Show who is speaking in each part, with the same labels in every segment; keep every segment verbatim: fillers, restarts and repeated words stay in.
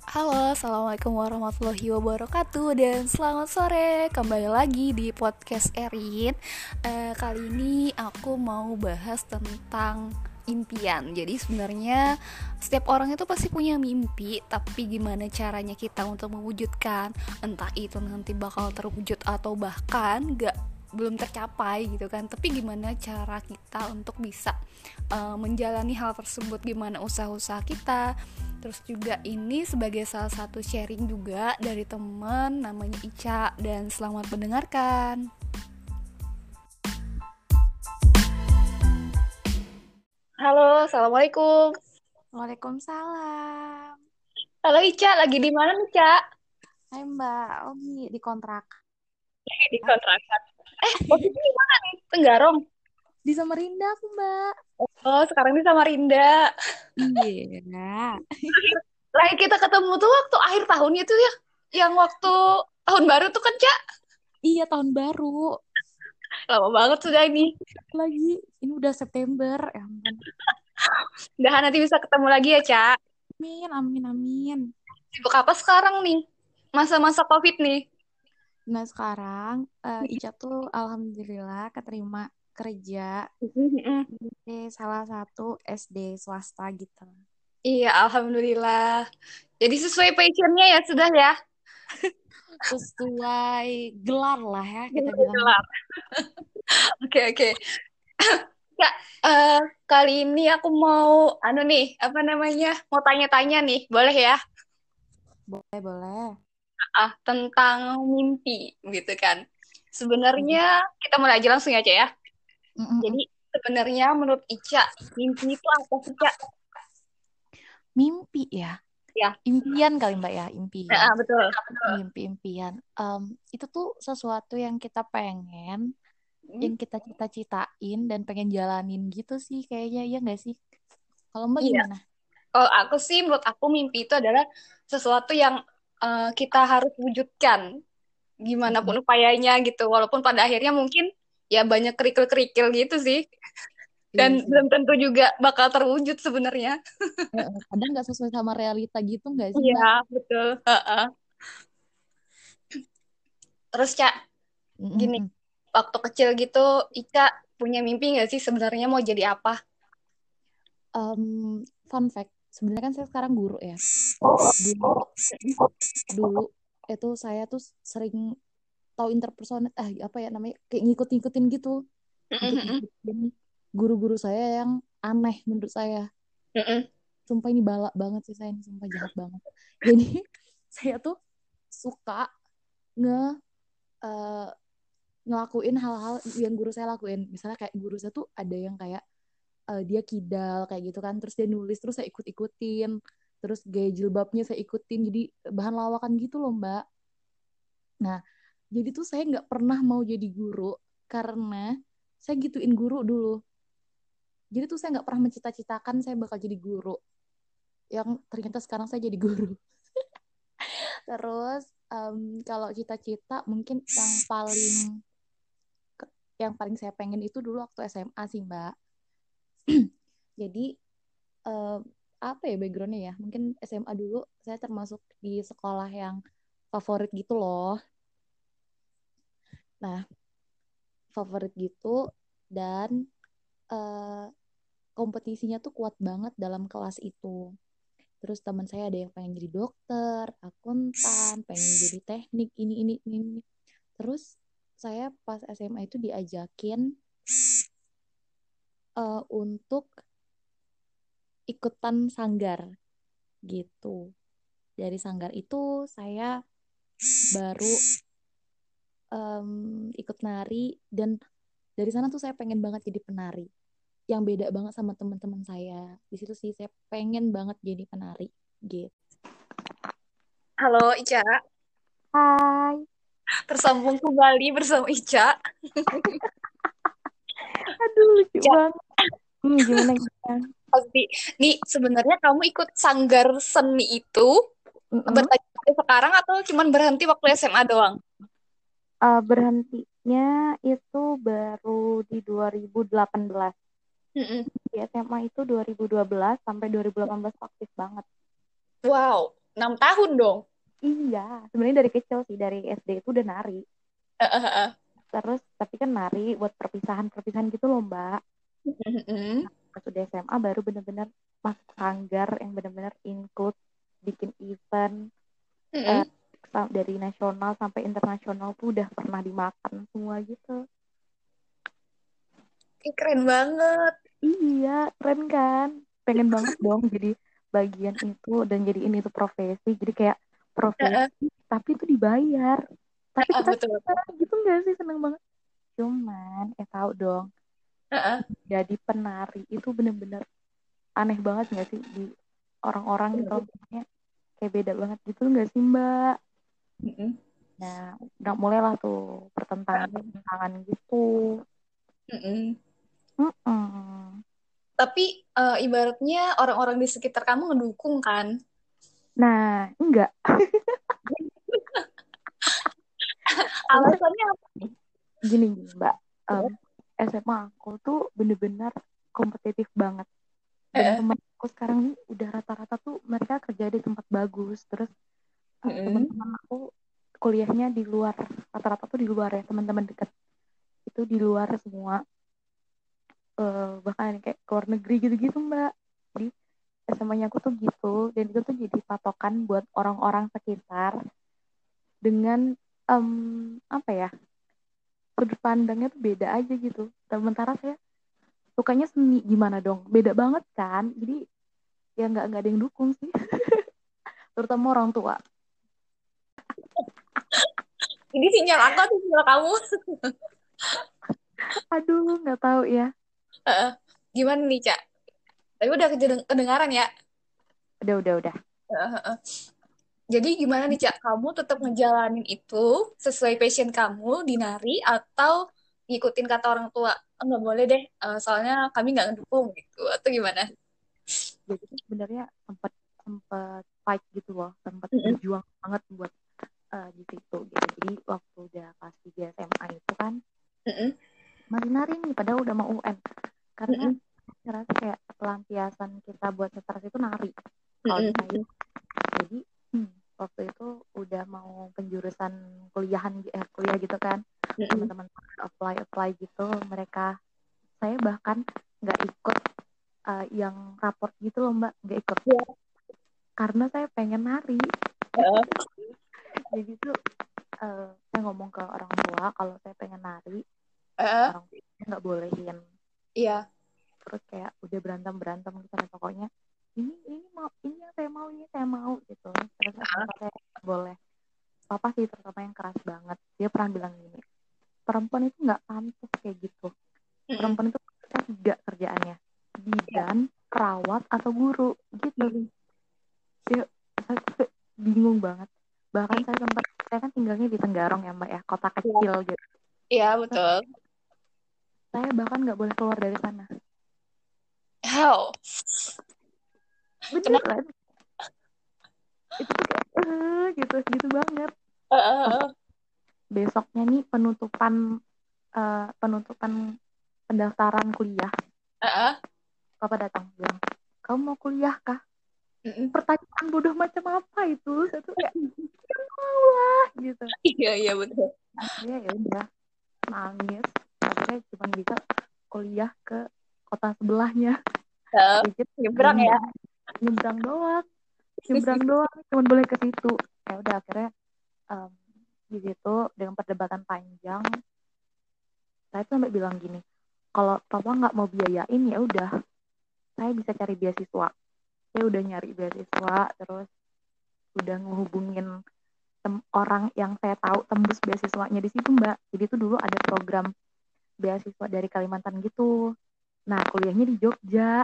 Speaker 1: Halo, Assalamualaikum warahmatullahi wabarakatuh. Dan selamat sore, kembali lagi di podcast Erin. Eh, Kali ini aku mau bahas tentang impian. Jadi sebenarnya setiap orang itu pasti punya mimpi, tapi gimana caranya kita untuk mewujudkan, entah itu nanti bakal terwujud atau bahkan gak belum tercapai gitu kan. Tapi gimana cara kita untuk bisa uh, menjalani hal tersebut, gimana usaha-usaha kita. Terus juga ini sebagai salah satu sharing juga dari teman namanya Ica, dan selamat mendengarkan. Halo, assalamualaikum.
Speaker 2: Waalaikumsalam.
Speaker 1: Halo Ica, lagi di mana nih Cak?
Speaker 2: Hai Mbak, oh di kontrak.
Speaker 1: Di kontrakan. Eh, posisi di mana nih? Tenggarong.
Speaker 2: Di Samarinda aku Mbak.
Speaker 1: Oh, sekarang di Samarinda.
Speaker 2: Iya.
Speaker 1: Lahir kita ketemu tuh waktu akhir tahun itu ya, yang waktu tahun baru tuh kan Cak.
Speaker 2: Iya tahun baru.
Speaker 1: Lama banget sudah ini.
Speaker 2: Lagi ini udah September. Ya ampun.
Speaker 1: Udah nanti bisa ketemu lagi ya Cak.
Speaker 2: Amin, amin, amin.
Speaker 1: Sibuk apa sekarang nih? Masa-masa COVID nih.
Speaker 2: Nah sekarang eh, Ica tuh alhamdulillah keterima kerja di salah satu S D swasta gitu.
Speaker 1: Iya, alhamdulillah. Jadi sesuai passionnya ya sudah ya.
Speaker 2: Sesuai gelar lah ya kita bilang.
Speaker 1: Alhamdulillah. Oke, oke. Ya, eh, kali ini aku mau anu nih, apa namanya? Mau tanya-tanya nih, boleh ya?
Speaker 2: Boleh, boleh.
Speaker 1: Ah, tentang mimpi gitu kan. Sebenarnya
Speaker 2: Mm,
Speaker 1: kita mulai aja langsung aja ya.
Speaker 2: mm, mm,
Speaker 1: Jadi
Speaker 2: mm.
Speaker 1: sebenarnya menurut Ica, mimpi itu apa sih, Cak?
Speaker 2: Mimpi ya.
Speaker 1: Ya,
Speaker 2: Impian kali Mbak ya,
Speaker 1: nah,
Speaker 2: impian.
Speaker 1: ah, betul.
Speaker 2: Mimpi-impian. Em, itu tuh sesuatu yang kita pengen,
Speaker 1: Hmm,
Speaker 2: yang kita cita-citain dan pengen jalanin gitu sih kayaknya, ya nggak sih? Kalau Mbak
Speaker 1: iya.
Speaker 2: gimana?
Speaker 1: Kalau aku sih, menurut aku mimpi itu adalah sesuatu yang eh, kita harus wujudkan gimana pun
Speaker 2: Mm-mm.
Speaker 1: upayanya gitu. Walaupun pada akhirnya mungkin ya banyak kerikil-kerikil gitu sih. Dan
Speaker 2: Iya sih.
Speaker 1: belum tentu juga bakal terwujud sebenarnya.
Speaker 2: Heeh, kadang nggak sesuai sama realita gitu nggak sih
Speaker 1: Iya,
Speaker 2: Mbak?
Speaker 1: betul. Heeh. Terus Cak, gini,
Speaker 2: Mm-mm.
Speaker 1: waktu kecil gitu, Ica punya mimpi nggak sih sebenarnya mau jadi apa?
Speaker 2: Em, Fun fact, sebenarnya kan saya sekarang guru ya. Dulu, dulu itu saya tuh sering tahu interpersonal, ah apa ya namanya, kayak ngikut-ngikutin gitu,
Speaker 1: Mm-mm,
Speaker 2: ngikut-ngikutin guru-guru saya yang aneh menurut saya.
Speaker 1: mm-mm,
Speaker 2: Sumpah ini balak banget sih saya ini, sumpah jahat banget. Jadi saya tuh suka nge eh, ngelakuin hal-hal yang guru saya lakuin. Misalnya kayak guru saya tuh ada yang kayak eh, dia kidal kayak gitu kan, terus dia nulis, terus saya ikut-ikutin, terus gaya jilbabnya saya ikutin, jadi bahan lawakan gitu loh Mbak. Nah, jadi tuh saya nggak pernah mau jadi guru karena saya gituin guru dulu. Jadi tuh saya nggak pernah mencita-citakan saya bakal jadi guru. Yang ternyata sekarang saya jadi guru. Terus em, kalau cita-cita mungkin yang paling yang paling saya pengen itu dulu waktu S M A sih Mbak. Jadi em, apa ya backgroundnya ya? Mungkin S M A dulu saya termasuk di sekolah yang favorit gitu loh. Nah, favorit gitu dan eh, kompetisinya tuh kuat banget dalam kelas itu. Terus teman saya ada yang pengen jadi dokter, akuntan, pengen jadi teknik, ini, ini, ini. ini. Terus saya pas S M A itu diajakin eh, untuk ikutan sanggar gitu. Dari sanggar itu saya baru em, ikut nari dan dari sana tuh saya pengen banget jadi penari. Yang beda banget sama teman-teman saya. Di situ sih saya pengen banget jadi penari gitu.
Speaker 1: Halo Ica,
Speaker 2: Hai.
Speaker 1: tersambung kembali bersama Ica.
Speaker 2: Aduh, lucu
Speaker 1: Ica,
Speaker 2: banget. Hmm, gimana gimana?
Speaker 1: pasti. Nih, sebenarnya kamu ikut sanggar seni itu
Speaker 2: Mm-mm.
Speaker 1: berlanjut sampai sekarang atau cuman berhenti waktu S M A doang?
Speaker 2: Uh, berhentinya itu baru di dua ribu delapan belas.
Speaker 1: Mm-mm.
Speaker 2: Di S M A itu dua ribu dua belas sampai dua ribu delapan belas aktif banget.
Speaker 1: Wow. enam tahun dong.
Speaker 2: Iya, sebenarnya dari kecil sih, dari S D itu udah nari.
Speaker 1: Eh, eh, eh.
Speaker 2: Terus tapi kan nari buat perpisahan-perpisahan gitu loh Mbak.
Speaker 1: Mm-mm.
Speaker 2: Pas udah S M A baru bener-bener masuk sanggar yang bener-bener include bikin event, eh,
Speaker 1: Mm-mm.
Speaker 2: dari nasional sampai internasional tuh udah pernah dimakan semua gitu.
Speaker 1: Ih, keren banget.
Speaker 2: Iya, keren kan? Pengen banget dong jadi bagian itu dan jadiin itu profesi. Jadi kayak
Speaker 1: Eh, eh,
Speaker 2: profesi tapi itu dibayar.
Speaker 1: eh,
Speaker 2: Tapi
Speaker 1: eh,
Speaker 2: kita
Speaker 1: betul betul.
Speaker 2: senang gitu nggak sih? Seneng banget. Cuman, eh tahu dong,
Speaker 1: Eh, eh.
Speaker 2: jadi penari itu bener-bener aneh banget nggak sih di orang-orang gitu loh. Maksudnya kayak beda banget gitu nggak sih Mbak?
Speaker 1: Mm-mm.
Speaker 2: Nah, udah mulailah tuh
Speaker 1: Eh, eh.
Speaker 2: pertentangan-pertentangan gitu.
Speaker 1: Mm-mm.
Speaker 2: Mm-mm.
Speaker 1: Tapi eh, ibaratnya orang-orang di sekitar kamu ngedukung kan?
Speaker 2: Nah, enggak. Maksudnya
Speaker 1: Alasannya apa?
Speaker 2: gini, gini Mbak. Em,
Speaker 1: Eh,
Speaker 2: S M A aku tuh bener-bener kompetitif banget. Dan
Speaker 1: eh.
Speaker 2: temen aku sekarang nih udah rata-rata tuh mereka kerja di tempat bagus. Terus eh,
Speaker 1: Mm-mm.
Speaker 2: teman-teman aku kuliahnya di luar, rata-rata tuh di luar ya, teman-teman dekat itu di luar semua. Eh, bahkan kayak ke luar negeri gitu-gitu Mbak. Jadi S M A-nya aku tuh gitu, dan itu tuh jadi patokan buat orang-orang sekitar dengan em, apa ya, sudut pandangnya tuh beda aja gitu. Sementara saya sukanya seni, gimana dong, beda banget kan. Jadi ya nggak nggak ada yang dukung sih, terutama orang tua.
Speaker 1: Ini sinyal aku atau sinyal kamu?
Speaker 2: Aduh, nggak tahu ya.
Speaker 1: Eh, eh. Gimana nih, Cak? Tapi udah kejeden- kedengaran ya?
Speaker 2: Udah udah udah.
Speaker 1: Eh, eh, eh. Jadi gimana nih, Cak? Kamu tetap ngejalanin itu sesuai passion kamu di nari atau ngikutin kata orang tua? Enggak boleh deh, eh, soalnya kami nggak ngedukung gitu. Atau gimana?
Speaker 2: Jadi tuh sebenarnya sempat sempat fight gitu loh, sempat
Speaker 1: Mm-mm.
Speaker 2: berjuang banget buat eh, di situ gitu. Jadi waktu udah kelas tiga S M A itu kan
Speaker 1: Mm-mm.
Speaker 2: masih nari nih, padahal udah mau U N. Karena
Speaker 1: Mm-mm.
Speaker 2: saya rasa kayak pelampiasan kita buat stres itu nari. Kalau di saya,
Speaker 1: Mm-mm.
Speaker 2: jadi hmm, waktu itu udah mau penjurusan kuliahan eh, kuliah gitu kan,
Speaker 1: Mm-mm.
Speaker 2: teman-teman apply apply gitu, mereka saya bahkan nggak ikut eh, yang raport gitu loh Mbak, nggak ikut
Speaker 1: Ya.
Speaker 2: karena saya pengen nari.
Speaker 1: Eh,
Speaker 2: Jadi tuh eh, saya ngomong ke orang tua kalau saya pengen nari,
Speaker 1: eh,
Speaker 2: orang tua nggak bolehin.
Speaker 1: iya.
Speaker 2: Terus kayak udah berantem berantem gitu kan, pokoknya ini ini mau ini yang saya mau ini saya mau gitu. Terus papa saya nggak boleh, papa sih terutama yang keras banget, dia pernah bilang gini, perempuan itu nggak pantas kayak gitu,
Speaker 1: Mm-mm.
Speaker 2: perempuan itu kita tiga kerjaannya,
Speaker 1: Iya.
Speaker 2: bidan, perawat, atau guru gitu.
Speaker 1: Mm-mm.
Speaker 2: Dia, saya tuh bingung banget, bahkan
Speaker 1: Mm.
Speaker 2: saya sempat, saya kan tinggalnya di Tenggarong ya Mbak ya, kota
Speaker 1: Iya,
Speaker 2: kecil gitu.
Speaker 1: iya,
Speaker 2: Terus
Speaker 1: betul.
Speaker 2: saya bahkan nggak boleh keluar dari sana,
Speaker 1: How? Kenapa?
Speaker 2: beneran. Itu tuh kayak eh gitu gitu banget.
Speaker 1: Eh, eh,
Speaker 2: Sampai
Speaker 1: eh.
Speaker 2: besoknya nih penutupan eh, penutupan pendaftaran kuliah,
Speaker 1: Eh, eh.
Speaker 2: papa datang bilang, kamu mau kuliah kah?
Speaker 1: Mm-mm.
Speaker 2: Pertanyaan bodoh macam apa itu? Saya tuh kayak ya mau lah gitu.
Speaker 1: Iya, iya, betul.
Speaker 2: Akhirnya ya udah nangis, akhirnya cuma bisa kuliah ke kota sebelahnya,
Speaker 1: Eh,
Speaker 2: dikit
Speaker 1: nyebrang ya.
Speaker 2: nyebrang nyebrang doang, nyebrang doang cuma boleh ke situ. Ya udah akhirnya em, di situ dengan perdebatan panjang, saya tuh sampai bilang gini, kalau papa nggak mau biayain ya udah saya bisa cari beasiswa. Saya udah nyari beasiswa, terus udah ngehubungin tem- orang yang saya tahu tembus beasiswanya di situ Mbak. Jadi itu dulu ada program beasiswa dari Kalimantan gitu. Nah kuliahnya di Jogja.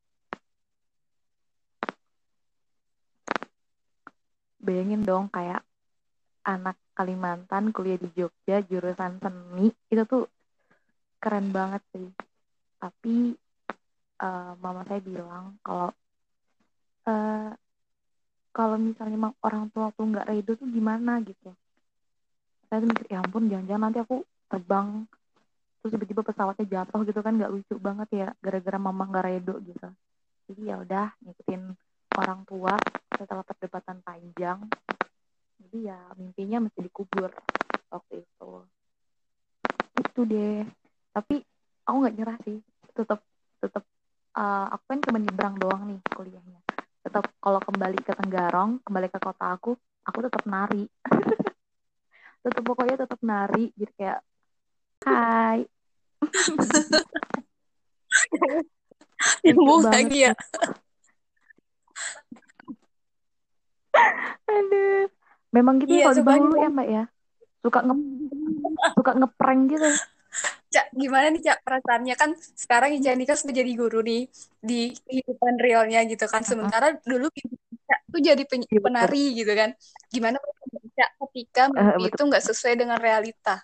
Speaker 2: Bayangin dong kayak anak Kalimantan kuliah di Jogja jurusan seni, itu tuh keren banget sih. Tapi uh, mama saya bilang kalau uh, kalau misalnya orang tua tuh nggak redo tuh gimana gitu. Saya tuh mikir ya ampun, jangan-jangan nanti aku terbang terus tiba-tiba pesawatnya jatuh gitu kan, nggak lucu banget ya gara-gara mama nggak redo gitu. Jadi ya udah ngikutin orang tua setelah perdebatan panjang. Jadi ya mimpinya mesti dikubur waktu itu. Itu deh. Tapi aku nggak nyerah sih. Tetap tetap uh, aku kan cuma nyebrang doang nih kuliahnya. Tetap kalau kembali ke Tenggarong, kembali ke kota aku, aku tetap nari. Tetap pokoknya tetap nari. Jadi kayak hai.
Speaker 1: Nyambung lagi ya.
Speaker 2: Aduh. Memang gitu
Speaker 1: Iya,
Speaker 2: ya kalau di
Speaker 1: coba
Speaker 2: Bahulu
Speaker 1: gimana?
Speaker 2: ya Mbak ya. Suka nge suka ngeprank gitu.
Speaker 1: Cak, gimana nih Cak perasaannya kan sekarang Ica Nika sudah jadi guru nih di kehidupan realnya gitu kan.
Speaker 2: Uh-uh.
Speaker 1: Sementara dulu Ica tuh jadi pen-
Speaker 2: Iya betul.
Speaker 1: penari gitu kan. Gimana perasaan Ica ketika
Speaker 2: Uh,
Speaker 1: mimpi itu
Speaker 2: betul.
Speaker 1: nggak sesuai dengan realita?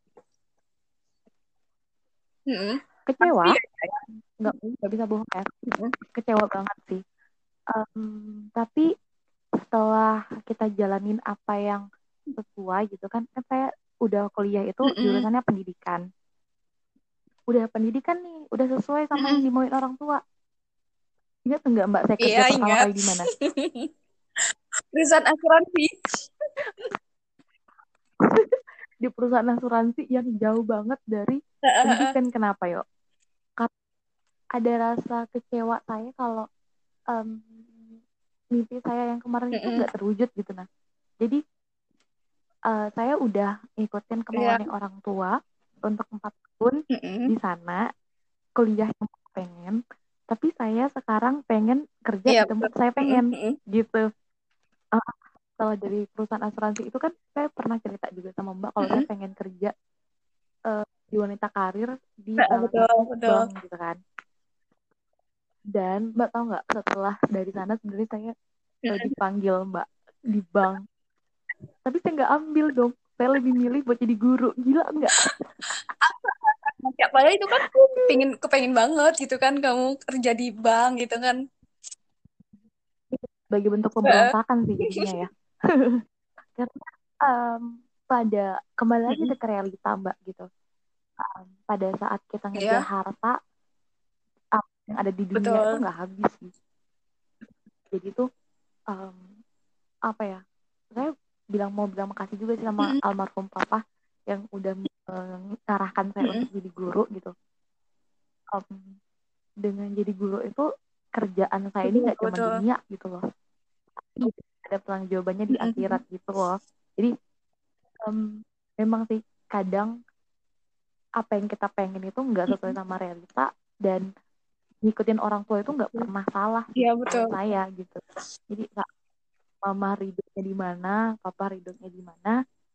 Speaker 1: Mm-mm. Pasti
Speaker 2: Kecewa,
Speaker 1: ya, Cak, ya?
Speaker 2: nggak nggak bisa bohong ya.
Speaker 1: Mm-mm.
Speaker 2: Kecewa banget sih. Um, tapi setelah kita jalanin apa yang sesuai gitu kan, kan saya udah kuliah itu
Speaker 1: Mm-mm.
Speaker 2: jurusannya pendidikan. Udah pendidikan nih, udah sesuai sama yang
Speaker 1: Mm-mm.
Speaker 2: dimauin orang tua. Ingat nggak Mbak saya kerja
Speaker 1: Iya,
Speaker 2: pertama
Speaker 1: ingat.
Speaker 2: kali di mana?
Speaker 1: Perusahaan asuransi.
Speaker 2: Di perusahaan asuransi yang jauh banget dari pendidikan. Kenapa yuk? Karena ada rasa kecewa saya kalau um, mimpi saya yang kemarin itu
Speaker 1: Mm-mm.
Speaker 2: nggak terwujud gitu nah. Jadi uh, saya udah ngikutin
Speaker 1: Iya.
Speaker 2: kemauannya orang tua untuk empat tahun
Speaker 1: Mm-mm.
Speaker 2: di sana kuliah yang pengen, tapi saya sekarang pengen kerja
Speaker 1: Iya,
Speaker 2: di
Speaker 1: betul.
Speaker 2: tempat saya
Speaker 1: Mm-mm.
Speaker 2: pengen
Speaker 1: Mm-mm.
Speaker 2: gitu. Uh, Setelah dari perusahaan asuransi itu kan saya pernah cerita juga sama Mbak kalau saya
Speaker 1: Mm-mm.
Speaker 2: pengen kerja uh, di wanita karir di
Speaker 1: Ah,
Speaker 2: salah
Speaker 1: betul,
Speaker 2: satu
Speaker 1: betul.
Speaker 2: bank gitu kan. Dan Mbak tahu nggak setelah dari sana sebenarnya saya uh,
Speaker 1: Mm-mm.
Speaker 2: dipanggil Mbak di bank, tapi saya nggak ambil dong. Saya lebih milih buat jadi guru. Gila nggak?
Speaker 1: Ya, padahal itu kan pengen kepengen banget gitu kan kamu kerja di bank gitu kan.
Speaker 2: Sebagai bentuk
Speaker 1: Heeh.
Speaker 2: pemberontakan sih jadinya ya. Karena um, pada kembali lagi
Speaker 1: Mm-mm.
Speaker 2: ke realita Mbak gitu. Um, pada saat kita ngejar
Speaker 1: Ya,
Speaker 2: harta, apa yang ada di dunia itu
Speaker 1: betul.
Speaker 2: nggak habis sih. Jadi tuh um, apa ya? Saya bilang mau bilang makasih juga sih sama
Speaker 1: Mm-mm.
Speaker 2: almarhum papa yang udah mengarahkan saya
Speaker 1: Mm-mm.
Speaker 2: untuk jadi guru gitu. Um, dengan jadi guru itu kerjaan saya ini
Speaker 1: Betul,
Speaker 2: nggak cuma
Speaker 1: betul.
Speaker 2: dunia gitu loh. Ada pelang jawabannya di
Speaker 1: Mm-mm.
Speaker 2: akhirat gitu loh. Jadi um, memang sih kadang apa yang kita pengen itu nggak sesuai
Speaker 1: Mm-mm.
Speaker 2: sama realita dan ngikutin orang tua itu nggak pernah salah sih
Speaker 1: Iya,
Speaker 2: menurut
Speaker 1: betul.
Speaker 2: saya gitu. Jadi nggak mama ridhonya di mana, papa ridhonya di mana,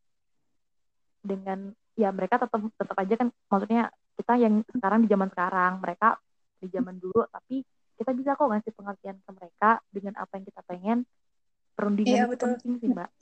Speaker 2: dengan ya mereka tetap tetap aja kan maksudnya kita yang sekarang di zaman sekarang, mereka di zaman dulu, tapi kita bisa kok ngasih pengertian ke mereka dengan apa yang kita pengen.
Speaker 1: Iya,
Speaker 2: Perundingan itu
Speaker 1: betul.
Speaker 2: penting sih Mbak.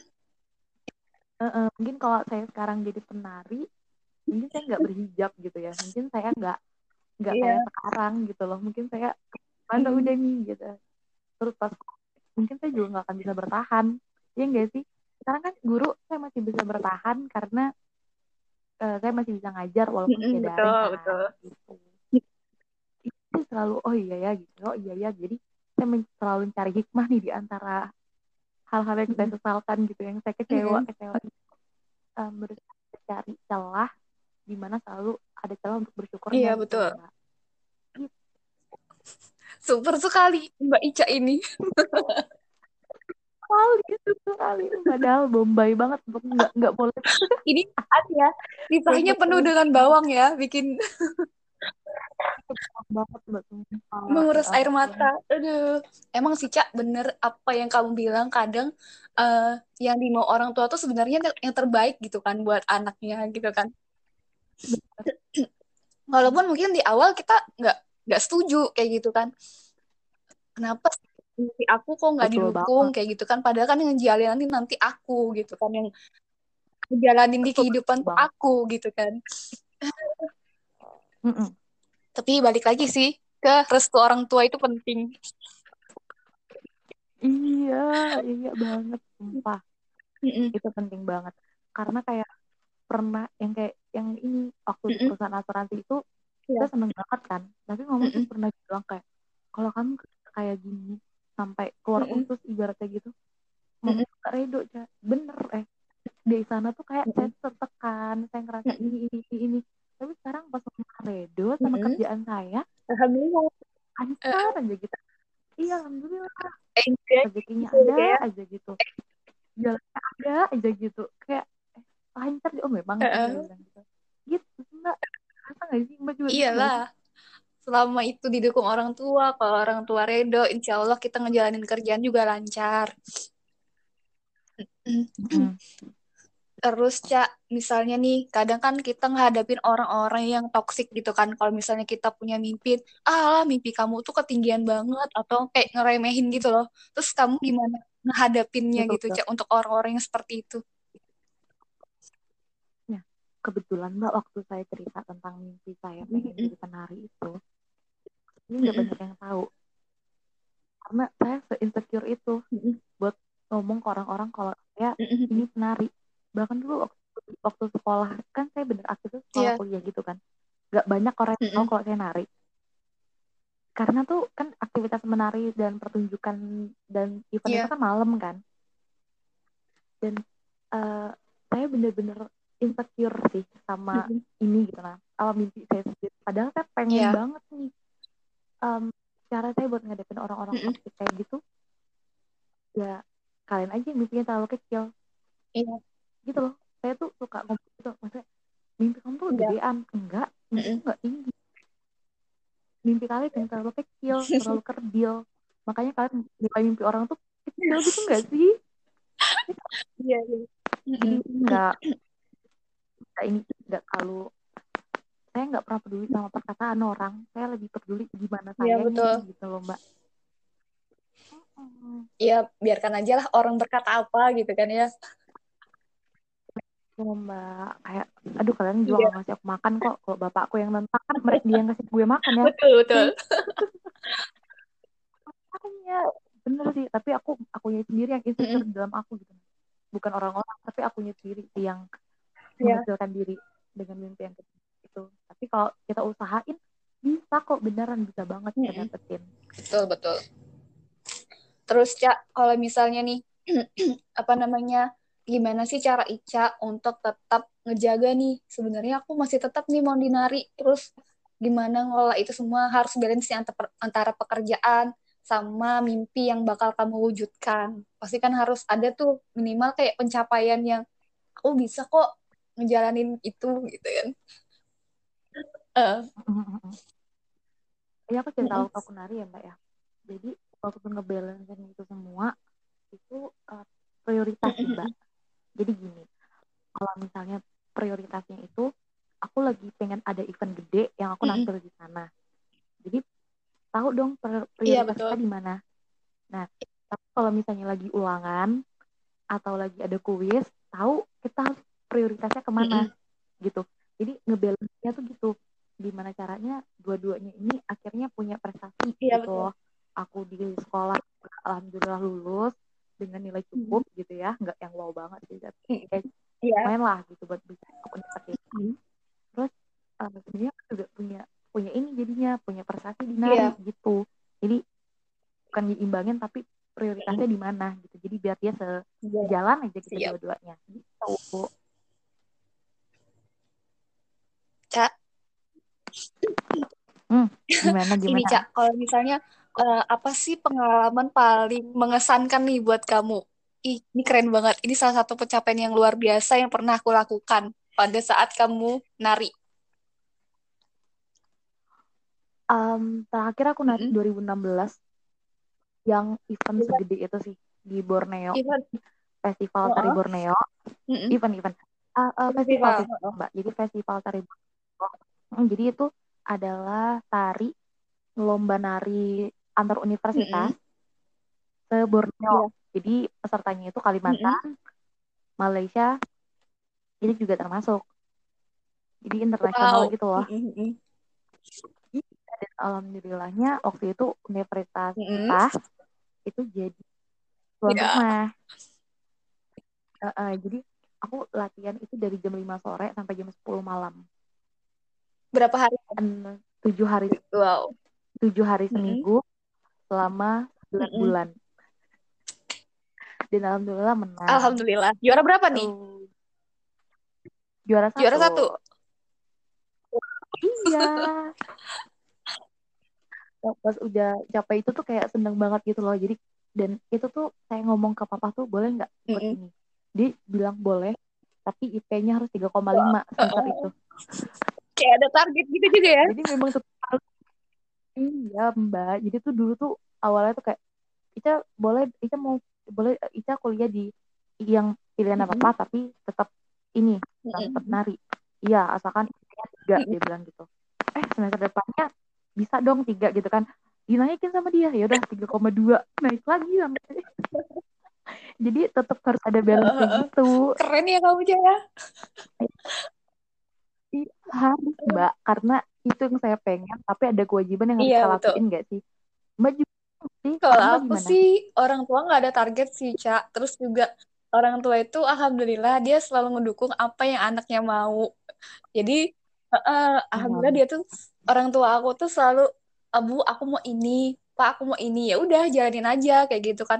Speaker 2: E -e, mungkin kalau saya sekarang jadi penari, mungkin saya nggak berhijab gitu ya, mungkin saya nggak nggak kayak
Speaker 1: Iya.
Speaker 2: sekarang gitu loh, mungkin saya mana
Speaker 1: Mm.
Speaker 2: udah nih gitu. Terus pas mungkin saya juga nggak akan bisa bertahan, ya enggak sih? Sekarang kan guru saya masih bisa bertahan karena uh, saya masih bisa ngajar walaupun
Speaker 1: Mm-mm,
Speaker 2: via daring
Speaker 1: betul,
Speaker 2: kan
Speaker 1: betul.
Speaker 2: gitu. Itu selalu oh iya ya gitu, oh iya ya, jadi saya selalu mencari hikmah nih di antara hal-hal yang saya
Speaker 1: Mm-mm.
Speaker 2: sesalkan gitu, yang saya kecewa
Speaker 1: Mm-mm.
Speaker 2: kecewa um, berusaha cari celah di mana selalu ada celah untuk bersyukurnya
Speaker 1: Iya,
Speaker 2: gitu loh
Speaker 1: betul.
Speaker 2: Mbak. Gitu.
Speaker 1: Super sekali Mbak Ica ini.
Speaker 2: Kali itu sekali, padahal Bombay banget nggak nggak boleh
Speaker 1: Ini ada ya,
Speaker 2: nggak
Speaker 1: kisahnya penuh
Speaker 2: boleh
Speaker 1: dengan bawang ya, bikin
Speaker 2: banget Mbak, sumpah ya
Speaker 1: menguras air
Speaker 2: ampun.
Speaker 1: mata. Aduh, emang sih Cak, bener apa yang kamu bilang. Kadang eh, yang dimau orang tua tuh sebenarnya yang terbaik gitu kan buat anaknya gitu kan. Walaupun mungkin di awal kita nggak nggak setuju kayak gitu kan. Kenapa sih mimpi aku kok nggak
Speaker 2: Betul
Speaker 1: didukung
Speaker 2: banget.
Speaker 1: kayak gitu kan? Padahal kan yang ngejalanin nanti aku gitu kan, yang ngejalanin di
Speaker 2: Betul,
Speaker 1: kehidupan
Speaker 2: betul
Speaker 1: tuh
Speaker 2: banget.
Speaker 1: aku gitu kan.
Speaker 2: Mm-mm.
Speaker 1: Tapi balik lagi sih ke restu orang tua itu penting.
Speaker 2: Iya, iya banget, sumpah.
Speaker 1: Mm-mm.
Speaker 2: Itu penting banget. Karena kayak pernah yang kayak yang ini waktu di
Speaker 1: Mm-mm.
Speaker 2: perusahaan asuransi itu kita
Speaker 1: Iya.
Speaker 2: seneng banget kan. Tapi mama tuh
Speaker 1: Mm-mm.
Speaker 2: pernah bilang kayak kalau kamu kayak gini sampai keluar
Speaker 1: Mm-mm.
Speaker 2: usus ibaratnya gitu. Mama
Speaker 1: Mm-mm.
Speaker 2: gak redo, Ca. Bener eh di sana tuh kayak saya
Speaker 1: Mm-mm.
Speaker 2: tertekan, saya ngerasa
Speaker 1: Mm-mm.
Speaker 2: ini ini ini ini. Tapi sekarang pas mama redo sama
Speaker 1: Mm-mm.
Speaker 2: kerjaan saya,
Speaker 1: Alhamdulillah.
Speaker 2: lancar
Speaker 1: Uh,
Speaker 2: aja gitu. Iya, alhamdulillah
Speaker 1: enjoy
Speaker 2: rezekinya
Speaker 1: gitu
Speaker 2: ada
Speaker 1: kayak.
Speaker 2: aja gitu, jalannya ada aja gitu, kayak eh, lancar oh memang sih saya
Speaker 1: Uh,
Speaker 2: bilang gitu. Gitu sih, Mbak. Rasa nggak sih Mbak juga gitu nggak
Speaker 1: iyalah,
Speaker 2: sih?
Speaker 1: selama itu didukung orang tua, kalau orang tua redo, insya Allah kita ngejalanin kerjaan juga lancar.
Speaker 2: Mm-mm.
Speaker 1: Terus, Cak, misalnya nih, kadang kan kita ngehadapin orang-orang yang toksik gitu kan. Kalau misalnya kita punya mimpi, ah, mimpi kamu tuh ketinggian banget, atau kayak ngeremehin gitu loh. Terus kamu gimana ngehadapinnya
Speaker 2: Betul
Speaker 1: gitu,
Speaker 2: betul.
Speaker 1: Cak, untuk orang-orang yang seperti itu?
Speaker 2: Ya, kebetulan Mbak waktu saya cerita tentang mimpi saya pengen
Speaker 1: Mm-mm.
Speaker 2: jadi penari itu, ini nggak
Speaker 1: Mm-mm.
Speaker 2: banyak yang tahu karena saya se-insecure itu
Speaker 1: Mm-mm.
Speaker 2: buat ngomong ke orang-orang kalau saya ini
Speaker 1: Mm-mm.
Speaker 2: penari. Bahkan dulu waktu, waktu sekolah kan saya bener aktif tuh sekolah
Speaker 1: Iya.
Speaker 2: kuliah gitu kan, nggak banyak orang yang tahu
Speaker 1: Mm-mm.
Speaker 2: kalau saya nari karena tuh kan aktivitas menari dan pertunjukan dan event itu
Speaker 1: Iya.
Speaker 2: kan malam kan. Dan uh, saya bener-bener insecure sih sama
Speaker 1: Mm-mm.
Speaker 2: ini gitu nah, sama mimpi saya sendiri. Padahal saya pengen
Speaker 1: Iya.
Speaker 2: banget nih um, cara saya buat ngadepin orang-orang
Speaker 1: Mm-mm.
Speaker 2: toksik kayak gitu ya kalian aja yang mimpinya terlalu kecil
Speaker 1: Iya.
Speaker 2: gitu loh. Saya tuh suka ngomong gitu, maksudnya mimpi kamu tuh
Speaker 1: Iya.
Speaker 2: gedean, enggak, mimpi tuh
Speaker 1: Mm-mm.
Speaker 2: enggak tinggi, mimpi kalian yang terlalu kecil, terlalu kerdil, makanya kalian nilai mimpi orang tuh kecil gitu enggak sih?
Speaker 1: Iya, iya.
Speaker 2: Jadi
Speaker 1: Mm-mm.
Speaker 2: enggak, enggak ini enggak terlalu, saya nggak pernah peduli sama perkataan orang, saya lebih peduli gimana
Speaker 1: Iya,
Speaker 2: sayanya
Speaker 1: betul.
Speaker 2: gitu loh Mbak. Mm-mm.
Speaker 1: Ya, biarkan aja lah orang berkata apa gitu kan ya.
Speaker 2: Ya Mbak, kayak aduh kalian juga
Speaker 1: Iya,
Speaker 2: gak ngasih aku makan kok, kalau bapakku yang nentang kan mereka dia yang kasih gue makan ya.
Speaker 1: betul,
Speaker 2: Jadi
Speaker 1: betul.
Speaker 2: makanya bener sih, tapi aku akunya sendiri yang insecure
Speaker 1: Mm-mm.
Speaker 2: di dalam aku gitu, bukan orang-orang tapi akunya sendiri sih yang
Speaker 1: Iya.
Speaker 2: mengecilkan diri dengan mimpi yang kecil itu. Tapi kalau kita usahain bisa kok, beneran bisa banget kita
Speaker 1: Mm-mm.
Speaker 2: dapetin.
Speaker 1: Betul, betul. Terus, Cak, kalau misalnya nih, apa namanya, gimana sih cara Ica untuk tetap ngejaga nih, sebenarnya aku masih tetap nih mau dinari, terus gimana ngelola itu semua, harus balance nih antara, antara pekerjaan sama mimpi yang bakal kamu wujudkan. Pasti kan harus ada tuh minimal kayak pencapaian yang aku bisa kok ngejalanin itu gitu kan. Eh,
Speaker 2: Ini aku cerita
Speaker 1: mm-mm.
Speaker 2: waktu aku nari ya Mbak ya. Jadi waktu ngebalancein itu semua itu uh, prioritas sih Mbak.
Speaker 1: Mm-mm.
Speaker 2: Jadi gini, kalau misalnya prioritasnya itu aku lagi pengen ada event gede yang aku
Speaker 1: Mm-mm.
Speaker 2: nampil di sana. Jadi tahu dong
Speaker 1: Iya,
Speaker 2: prioritas
Speaker 1: betul.
Speaker 2: kita di mana. Nah, tapi kalau misalnya lagi ulangan atau lagi ada kuis, tahu kita harus prioritasnya kemana
Speaker 1: Mm-mm.
Speaker 2: gitu. Jadi ngebalance-nya tuh gitu. Gimana caranya dua-duanya ini akhirnya punya prestasi
Speaker 1: Iya,
Speaker 2: gitu
Speaker 1: betul.
Speaker 2: loh. Aku di sekolah alhamdulillah lulus dengan nilai
Speaker 1: Mm-mm.
Speaker 2: cukup gitu ya, nggak yang wow banget sih, tapi
Speaker 1: Mm-mm.
Speaker 2: kayak
Speaker 1: Iya.
Speaker 2: main lah gitu buat bisa aku universitas.
Speaker 1: Mm.
Speaker 2: Terus uh, sebenarnya aku juga punya punya ini jadinya punya prestasi di nari
Speaker 1: Iya.
Speaker 2: gitu. Jadi bukan diimbangin tapi
Speaker 1: Mm.
Speaker 2: prioritasnya di mana gitu. Jadi biar dia
Speaker 1: Iya.
Speaker 2: sejalan aja gitu
Speaker 1: Siap.
Speaker 2: dua-duanya. Gitu.
Speaker 1: Cak,
Speaker 2: Hmm, gimana
Speaker 1: ini
Speaker 2: gimana?
Speaker 1: Cak, kalau misalnya eh, apa sih pengalaman paling mengesankan nih buat kamu? Ih, ini keren banget. Ini salah satu pencapaian yang luar biasa yang pernah aku lakukan pada saat kamu nari.
Speaker 2: Um, terakhir aku nari
Speaker 1: Mm-mm.
Speaker 2: dua ribu enam belas yang event
Speaker 1: Event,
Speaker 2: segede itu sih di Borneo,
Speaker 1: event,
Speaker 2: festival tari
Speaker 1: heeh.
Speaker 2: Borneo,
Speaker 1: Mm-mm.
Speaker 2: event-event uh, uh, festival
Speaker 1: Festival,
Speaker 2: festival
Speaker 1: heeh.
Speaker 2: Mbak. Jadi festival tari Borneo. Hmm, jadi itu adalah tari lomba nari antar universitas
Speaker 1: Mm-mm.
Speaker 2: ke Borneo.
Speaker 1: Iya.
Speaker 2: Jadi pesertanya itu
Speaker 1: Mm-mm.
Speaker 2: Kalimantan, Malaysia, itu juga termasuk. Jadi internasional
Speaker 1: Wow.
Speaker 2: gitu loh.
Speaker 1: Mm-mm.
Speaker 2: Dan alhamdulillahnya waktu itu universitas
Speaker 1: Mm-mm.
Speaker 2: kita itu jadi tuan
Speaker 1: Ya.
Speaker 2: rumah. Uh, uh, jadi aku latihan itu dari jam lima sore sampai jam sepuluh malam.
Speaker 1: Berapa hari?
Speaker 2: En- tujuh hari
Speaker 1: Wow.
Speaker 2: tujuh hari
Speaker 1: Mm-mm.
Speaker 2: seminggu selama
Speaker 1: Mm-mm.
Speaker 2: bulan-bulan. Dan alhamdulillah menang.
Speaker 1: Alhamdulillah. Juara berapa nih?
Speaker 2: Tuh, juara
Speaker 1: Juara
Speaker 2: satu.
Speaker 1: satu.
Speaker 2: Iya. Pas udah capai itu tuh kayak seneng banget gitu loh. Jadi dan itu tuh saya ngomong ke papa tuh boleh nggak ikut
Speaker 1: Mm-mm.
Speaker 2: ini. Dia bilang boleh, tapi I P-nya harus tiga koma lima semester itu.
Speaker 1: Kayak ada target gitu juga ya.
Speaker 2: Jadi memang tuh iya Mbak. Jadi tuh dulu tuh awalnya tuh kayak Ica boleh Ica mau boleh Ica kuliah di yang pilihan apa apa
Speaker 1: Mm-mm.
Speaker 2: tapi tetap ini tetap
Speaker 1: Mm-mm.
Speaker 2: nari. Iya asalkan I P-nya tiga
Speaker 1: Mm-mm.
Speaker 2: dia bilang gitu. Eh semester depannya bisa dong tiga gitu kan. Dinaikin sama dia ya udah tiga koma dua naik lagi sampai. Jadi tetap harus ada balance kayak gitu.
Speaker 1: Keren ya kamu ya.
Speaker 2: Iya, harus Mbak karena itu yang saya pengen tapi ada kewajiban yang harus
Speaker 1: Iya
Speaker 2: kita
Speaker 1: betul.
Speaker 2: lakuin gak sih? Mbak juga sih,
Speaker 1: Kalau
Speaker 2: kalau Mbak
Speaker 1: aku
Speaker 2: gimana?
Speaker 1: sih orang tua nggak ada target sih, Cak. Terus juga orang tua itu alhamdulillah dia selalu mendukung apa yang anaknya mau. Jadi eh, alhamdulillah
Speaker 2: Hmm.
Speaker 1: dia tuh orang tua aku tuh selalu Abu aku mau ini, Pak aku mau ini. Ya udah jalanin aja kayak gitu kan.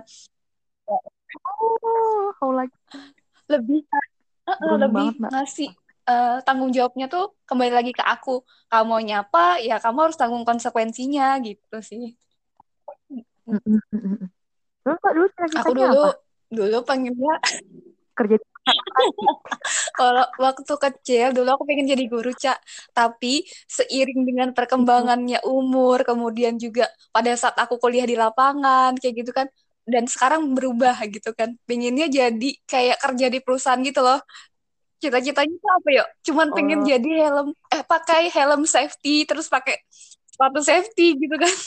Speaker 2: Oh, kau lagi
Speaker 1: Lebih eh, eh,
Speaker 2: beruntung
Speaker 1: lebih
Speaker 2: banget Mbak.
Speaker 1: ngasih eh, tanggung jawabnya tuh kembali lagi ke aku. Kamu mau nyapa, ya kamu harus tanggung konsekuensinya gitu sih.
Speaker 2: Mm, mm, mm, mm. Terus Mbak dulu
Speaker 1: Aku
Speaker 2: cita-citanya
Speaker 1: dulu
Speaker 2: apa?
Speaker 1: dulu pengennya
Speaker 2: Kerja di asuransi.
Speaker 1: kalau waktu kecil dulu aku pengen jadi guru, Cak. Tapi seiring dengan
Speaker 2: Itu.
Speaker 1: perkembangannya umur, kemudian juga pada saat aku kuliah di lapangan kayak gitu kan, dan sekarang berubah gitu kan. Pengennya jadi kayak kerja di perusahaan gitu loh. Cita-citanya tuh apa yuk? Cuman pengen
Speaker 2: Oh,
Speaker 1: jadi helm eh pakai helm safety terus pakai sepatu safety gitu kan.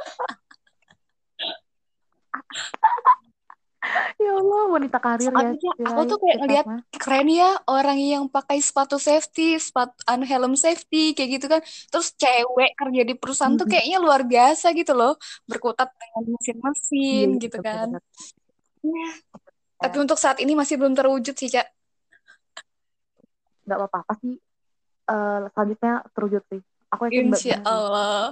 Speaker 2: ya Allah wanita karir ya,
Speaker 1: Soalnya aku
Speaker 2: Sirai,
Speaker 1: tuh kayak
Speaker 2: kita
Speaker 1: ngeliat
Speaker 2: mah.
Speaker 1: keren ya orang yang pakai sepatu safety, sepatu anu helm safety kayak gitu kan. Terus cewek kerja di perusahaan
Speaker 2: Mm,
Speaker 1: tuh
Speaker 2: mm.
Speaker 1: kayaknya luar biasa gitu loh, berkutat dengan
Speaker 2: Iya,
Speaker 1: mesin-mesin
Speaker 2: iya
Speaker 1: gitu
Speaker 2: betul betul
Speaker 1: kan.
Speaker 2: betul.
Speaker 1: Ya, tapi
Speaker 2: Ya,
Speaker 1: untuk saat ini masih belum terwujud sih, Cak.
Speaker 2: nggak apa-apa pasti eh, selanjutnya terwujud sih. Aku yakin Mbak
Speaker 1: Insya
Speaker 2: bisa sih.
Speaker 1: Allah.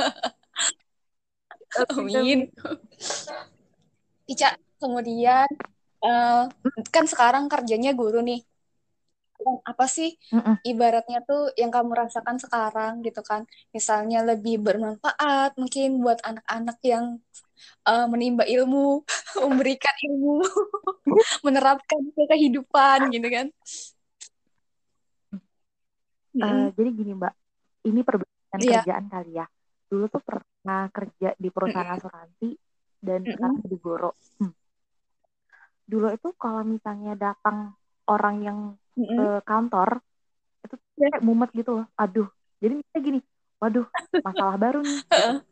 Speaker 2: Amin, amin.
Speaker 1: Amin. Ica, kemudian eh, kan sekarang kerjanya guru nih. Dan apa sih
Speaker 2: Mm-mm.
Speaker 1: ibaratnya tuh yang kamu rasakan sekarang gitu kan? Misalnya lebih bermanfaat mungkin buat anak-anak yang eh, menimba ilmu, memberikan ilmu, menerapkan ke kehidupan gitu kan?
Speaker 2: Eh,
Speaker 1: Mm-mm.
Speaker 2: jadi gini Mbak, ini perbedaan
Speaker 1: Iya.
Speaker 2: kerjaan kali ya. Dulu tuh pernah kerja di perusahaan
Speaker 1: Mm-mm.
Speaker 2: asuransi dan sekarang
Speaker 1: Mm-mm.
Speaker 2: jadi guru. Hmm. Dulu itu kalau misalnya datang orang yang ke
Speaker 1: Mm-mm.
Speaker 2: kantor itu tuh
Speaker 1: Ya.
Speaker 2: kayak mumet gitu loh. Aduh, jadi misalnya gini, waduh, masalah baru nih gitu.
Speaker 1: Heeh.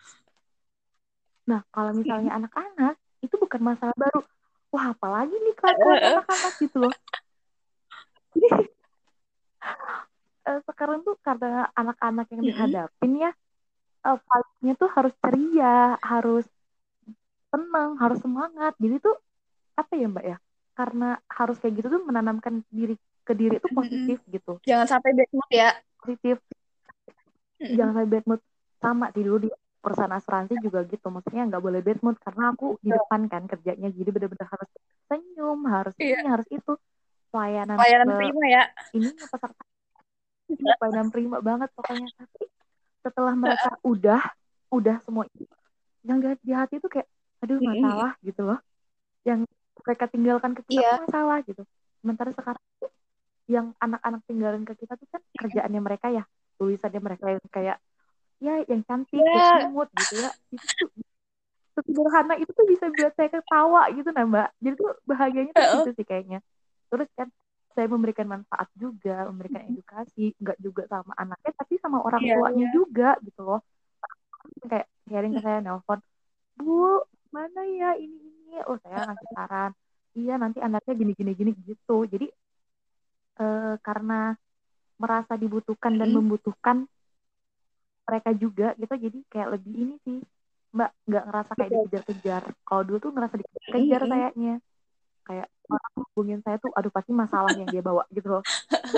Speaker 2: Nah, kalau misalnya
Speaker 1: Mm-mm.
Speaker 2: anak-anak itu bukan masalah baru. Wah, apalagi nih kelakuan
Speaker 1: Heeh.
Speaker 2: anak-anak gitu loh. Jadi eh, sekarang tuh karena anak-anak yang
Speaker 1: Mm-mm.
Speaker 2: dihadapin ya, eh, vibe-nya tuh harus ceria, harus tenang, harus semangat. Jadi tuh apa ya Mbak ya? Karena harus kayak gitu tuh menanamkan diri ke diri itu
Speaker 1: Mm-mm.
Speaker 2: positif gitu.
Speaker 1: Jangan sampai bad mood ya.
Speaker 2: Positif,
Speaker 1: Mm-mm.
Speaker 2: jangan sampai bad mood. Sama sih dulu di perusahaan asuransi juga gitu. Maksudnya nggak boleh bad mood karena aku di depan kan kerjanya. Jadi benar-benar harus senyum, harus
Speaker 1: Iya.
Speaker 2: ini, harus itu. Pelayanan
Speaker 1: Layanan
Speaker 2: ke
Speaker 1: prima ya.
Speaker 2: ininya peserta iya, pelayanan prima banget pokoknya. Tapi setelah mereka udah, udah semua yang gak di hati itu kayak, aduh
Speaker 1: Mm-mm.
Speaker 2: masalah gitu loh. Yang mereka tinggalkan ke kita tuh
Speaker 1: Iya.
Speaker 2: masalah gitu. Sementara sekarang tuh yang anak-anak tinggalin ke kita tuh kan kerjaannya mereka ya, tulisannya mereka yang kayak ya yang cantik, yang
Speaker 1: Ya.
Speaker 2: imut gitu ya. Itu tuh sederhana itu tuh bisa buat saya ketawa gitu nah Mbak. Jadi tuh bahagianya tuh
Speaker 1: Heeh.
Speaker 2: situ sih kayaknya. Terus kan saya memberikan manfaat juga, memberikan edukasi, nggak juga sama anaknya, tapi sama orang
Speaker 1: Iya,
Speaker 2: tuanya
Speaker 1: iya.
Speaker 2: juga gitu loh. Kayak sharing ke saya nelpon, Bu, mana ya ini ini? Oh saya ngasih saran. Iya nanti anaknya gini gini gini gitu. Jadi eh, karena merasa dibutuhkan dan
Speaker 1: Mm-mm.
Speaker 2: membutuhkan mereka juga gitu, jadi kayak lebih ini sih Mbak nggak ngerasa kayak
Speaker 1: Betul.
Speaker 2: dikejar-kejar. Kalau dulu tuh ngerasa dikejar
Speaker 1: Mm-mm.
Speaker 2: kayaknya. Kayak orang hubungin saya tuh aduh pasti masalah yang dia bawa gitu loh.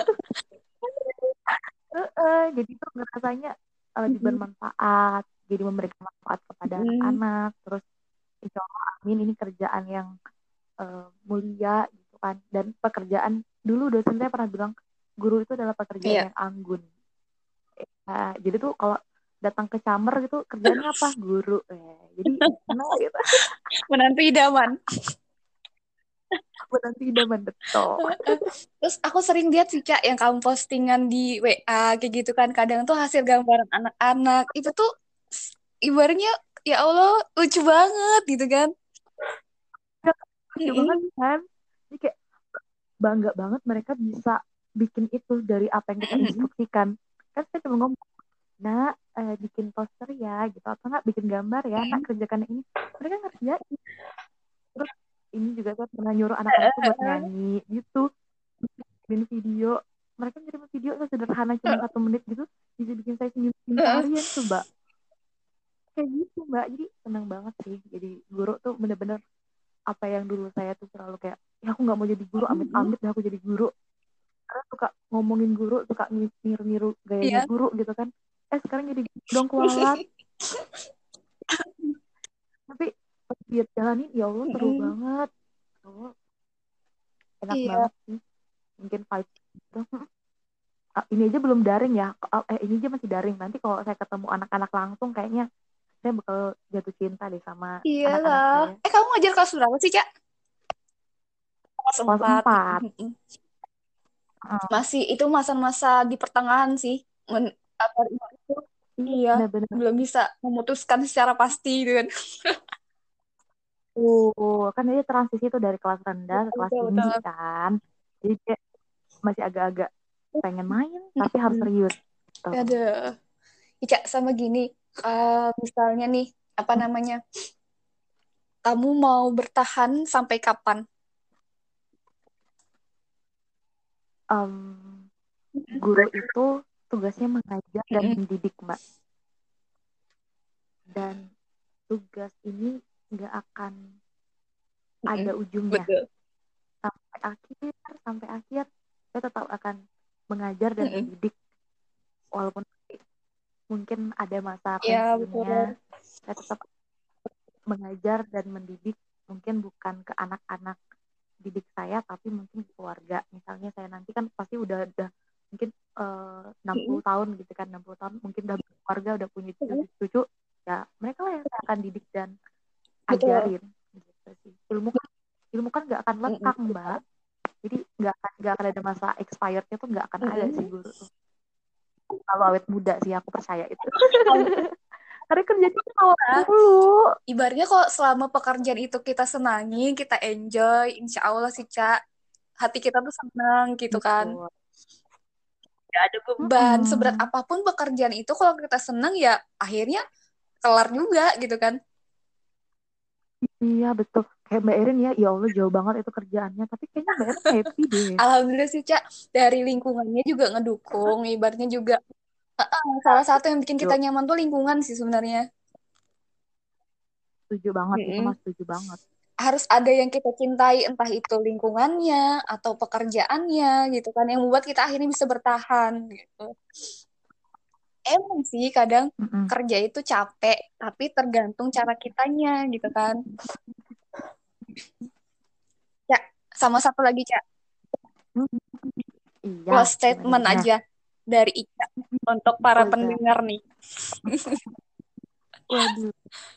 Speaker 2: Eh, jadi tuh ngerasanya eh, lebih
Speaker 1: Mm-mm.
Speaker 2: bermanfaat, jadi memberikan manfaat kepada
Speaker 1: Mm-mm.
Speaker 2: anak-anak, terus insya Allah amin ini kerjaan yang uh, mulia gitu kan, dan pekerjaan dulu dosen saya pernah bilang guru itu adalah pekerjaan
Speaker 1: Iya.
Speaker 2: yang anggun. Nah, jadi tuh kalau datang ke camer gitu kerjanya apa, guru, eh, jadi no gitu.
Speaker 1: Menantu idaman.
Speaker 2: Menantu idaman, betul.
Speaker 1: Terus aku sering lihat sih Cak yang kamu postingan di W A kayak gitu kan. Kadang tuh hasil gambaran anak-anak. Itu tuh ibaratnya ya Allah lucu banget gitu kan.
Speaker 2: Ya, lucu banget
Speaker 1: Mm-mm.
Speaker 2: kan, jadi kayak bangga banget mereka bisa bikin itu dari apa yang kita
Speaker 1: Mm-mm.
Speaker 2: instruksikan. Kan saya cuma ngomong, nak eh, bikin poster ya gitu, atau nak bikin gambar ya, nak kerjakan ini, mereka ngerjain. Terus ini juga saya pernah nyuruh anak-anak tuh buat nyanyi gitu, bikin video. Mereka ngirim video sederhana cuma satu menit gitu bisa bikin saya senyum-senyum seharian tuh mbak, kayak gitu mbak. Jadi senang banget sih jadi guru tuh, bener-bener apa yang dulu saya tuh selalu kayak ya aku nggak mau jadi guru,
Speaker 1: Mm-mm.
Speaker 2: amit-amit dah aku jadi guru, karena suka ngomongin guru, suka niru-niru gayanya
Speaker 1: Iya.
Speaker 2: guru gitu kan. Eh sekarang jadi guru dong kualat, tapi pas dia jalanin ya Allah seru
Speaker 1: Mm-mm.
Speaker 2: banget. Oh, enak
Speaker 1: Iya.
Speaker 2: banget sih, mungkin vibes gitu. Ah, ini aja belum daring ya, ah, eh ini aja masih daring, nanti kalau saya ketemu anak-anak langsung kayaknya saya bakal jatuh cinta deh sama anak-anak
Speaker 1: Iyalah.
Speaker 2: saya.
Speaker 1: Eh kamu ngajar kelas berapa sih Cak? Kelas
Speaker 2: Kelas
Speaker 1: empat.
Speaker 2: empat.
Speaker 1: Mm-mm.
Speaker 2: Heeh.
Speaker 1: Masih itu masa-masa di pertengahan sih. Men apa itu?
Speaker 2: Iya
Speaker 1: Iya,
Speaker 2: bener-bener.
Speaker 1: belum bisa memutuskan secara pasti gitu kan.
Speaker 2: Uh, kan dia transisi tuh dari kelas rendah ke kelas
Speaker 1: Betul,
Speaker 2: tinggi
Speaker 1: betul.
Speaker 2: kan, jadi dia masih agak-agak pengen main tapi harus
Speaker 1: Mm-mm.
Speaker 2: serius tuh.
Speaker 1: Ada. Ica sama gini, eh, misalnya nih, apa namanya, kamu mau bertahan sampai kapan?
Speaker 2: um, Guru itu tugasnya mengajar dan
Speaker 1: Mm-mm.
Speaker 2: mendidik mbak, dan tugas ini nggak akan ada
Speaker 1: Mm-mm.
Speaker 2: ujungnya.
Speaker 1: Betul.
Speaker 2: Sampai akhir sampai akhir saya tetap akan mengajar dan
Speaker 1: Mm-mm.
Speaker 2: mendidik, walaupun mungkin ada masa
Speaker 1: Ya,
Speaker 2: pensiunnya,
Speaker 1: betul.
Speaker 2: saya tetap mengajar dan mendidik, mungkin bukan ke anak-anak didik saya tapi mungkin ke keluarga. Misalnya saya nanti kan pasti udah udah mungkin uh, enam puluh
Speaker 1: Mm-mm.
Speaker 2: tahun gitu kan, enam puluh tahun mungkin udah keluarga, udah punya
Speaker 1: Mm-mm.
Speaker 2: cucu-cucu, ya mereka lah yang saya akan didik dan
Speaker 1: Betul.
Speaker 2: ajarin gitu sih. Ilmu kan ilmu kan nggak akan
Speaker 1: Mm-mm.
Speaker 2: lekang mbak, jadi nggak akan nggak akan ada masa expirednya tuh, nggak akan ada sih
Speaker 1: Mm-mm.
Speaker 2: guru tuh, kalau awet muda sih aku percaya itu. Karena kerjanya awet
Speaker 1: Nah,
Speaker 2: mulu.
Speaker 1: ibaratnya kalau selama pekerjaan itu kita senangi, kita enjoy, insya Allah sih, Cak, hati kita tuh senang gitu kan.
Speaker 2: Betul.
Speaker 1: Gak ada beban. Seberat
Speaker 2: Mm-mm.
Speaker 1: apapun pekerjaan itu, kalau kita senang ya akhirnya kelar juga gitu kan.
Speaker 2: Iya betul. Kayak Mbak Erin ya, ya Allah jauh banget itu kerjaannya. Tapi kayaknya Mbak Erin happy deh.
Speaker 1: Alhamdulillah sih, Cak, dari lingkungannya juga ngedukung, ibaratnya juga eh, salah satu yang bikin kita
Speaker 2: Setuju,
Speaker 1: nyaman tuh lingkungan sih sebenarnya.
Speaker 2: setuju banget. Itu
Speaker 1: Mm-mm.
Speaker 2: mas setuju banget.
Speaker 1: Harus ada yang kita cintai, entah itu lingkungannya atau pekerjaannya gitu kan, yang membuat kita akhirnya bisa bertahan gitu. Emang sih kadang
Speaker 2: Mm-mm.
Speaker 1: kerja itu capek, tapi tergantung cara kitanya gitu kan. Ya, sama satu lagi, Cak,
Speaker 2: Iya,
Speaker 1: close
Speaker 2: gimana
Speaker 1: statement
Speaker 2: gimana?
Speaker 1: aja dari Ica untuk para
Speaker 2: Waza.
Speaker 1: pendengar nih.
Speaker 2: Waduh,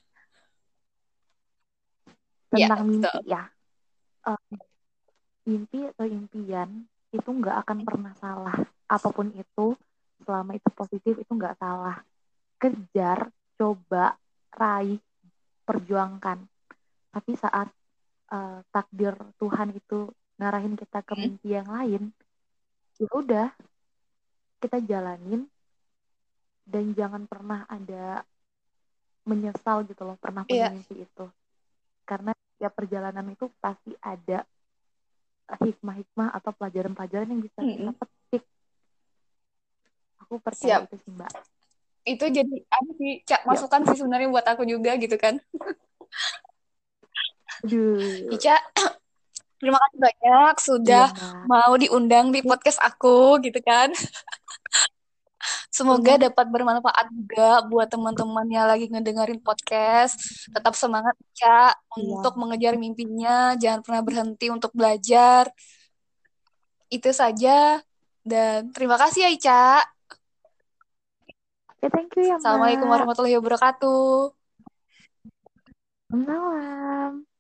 Speaker 1: Ya,
Speaker 2: tentang mimpi
Speaker 1: betul.
Speaker 2: ya. Eh, mimpi atau impian itu nggak akan pernah salah. Apapun itu, selama itu positif itu nggak salah. Kejar, coba, raih, perjuangkan. Tapi saat uh, takdir Tuhan itu ngarahin kita ke
Speaker 1: Hmm.
Speaker 2: mimpi yang lain, ya udah kita jalanin, dan jangan pernah ada menyesal gitu loh pernah punya
Speaker 1: Iya.
Speaker 2: mimpi itu, karena ya perjalanan itu pasti ada hikmah-hikmah atau pelajaran-pelajaran yang bisa kita
Speaker 1: Mm-mm.
Speaker 2: petik. Aku percaya
Speaker 1: Siap.
Speaker 2: itu sih mbak.
Speaker 1: Itu jadi ada sih, Cak,
Speaker 2: Ya,
Speaker 1: masukan sih sebenarnya buat aku juga gitu kan.
Speaker 2: aduh,
Speaker 1: Ica, terima kasih banyak
Speaker 2: iya
Speaker 1: sudah
Speaker 2: mbak.
Speaker 1: mau diundang di podcast aku gitu kan. Semoga dapat bermanfaat juga buat teman-teman yang lagi ngedengerin podcast. Tetap semangat, Ica,
Speaker 2: Iya.
Speaker 1: untuk mengejar mimpinya. Jangan pernah berhenti untuk belajar. Itu saja. Dan terima kasih ya, Ica.
Speaker 2: Ya, thank you ya,
Speaker 1: Assalamualaikum
Speaker 2: Mbak.
Speaker 1: warahmatullahi wabarakatuh.
Speaker 2: Malam.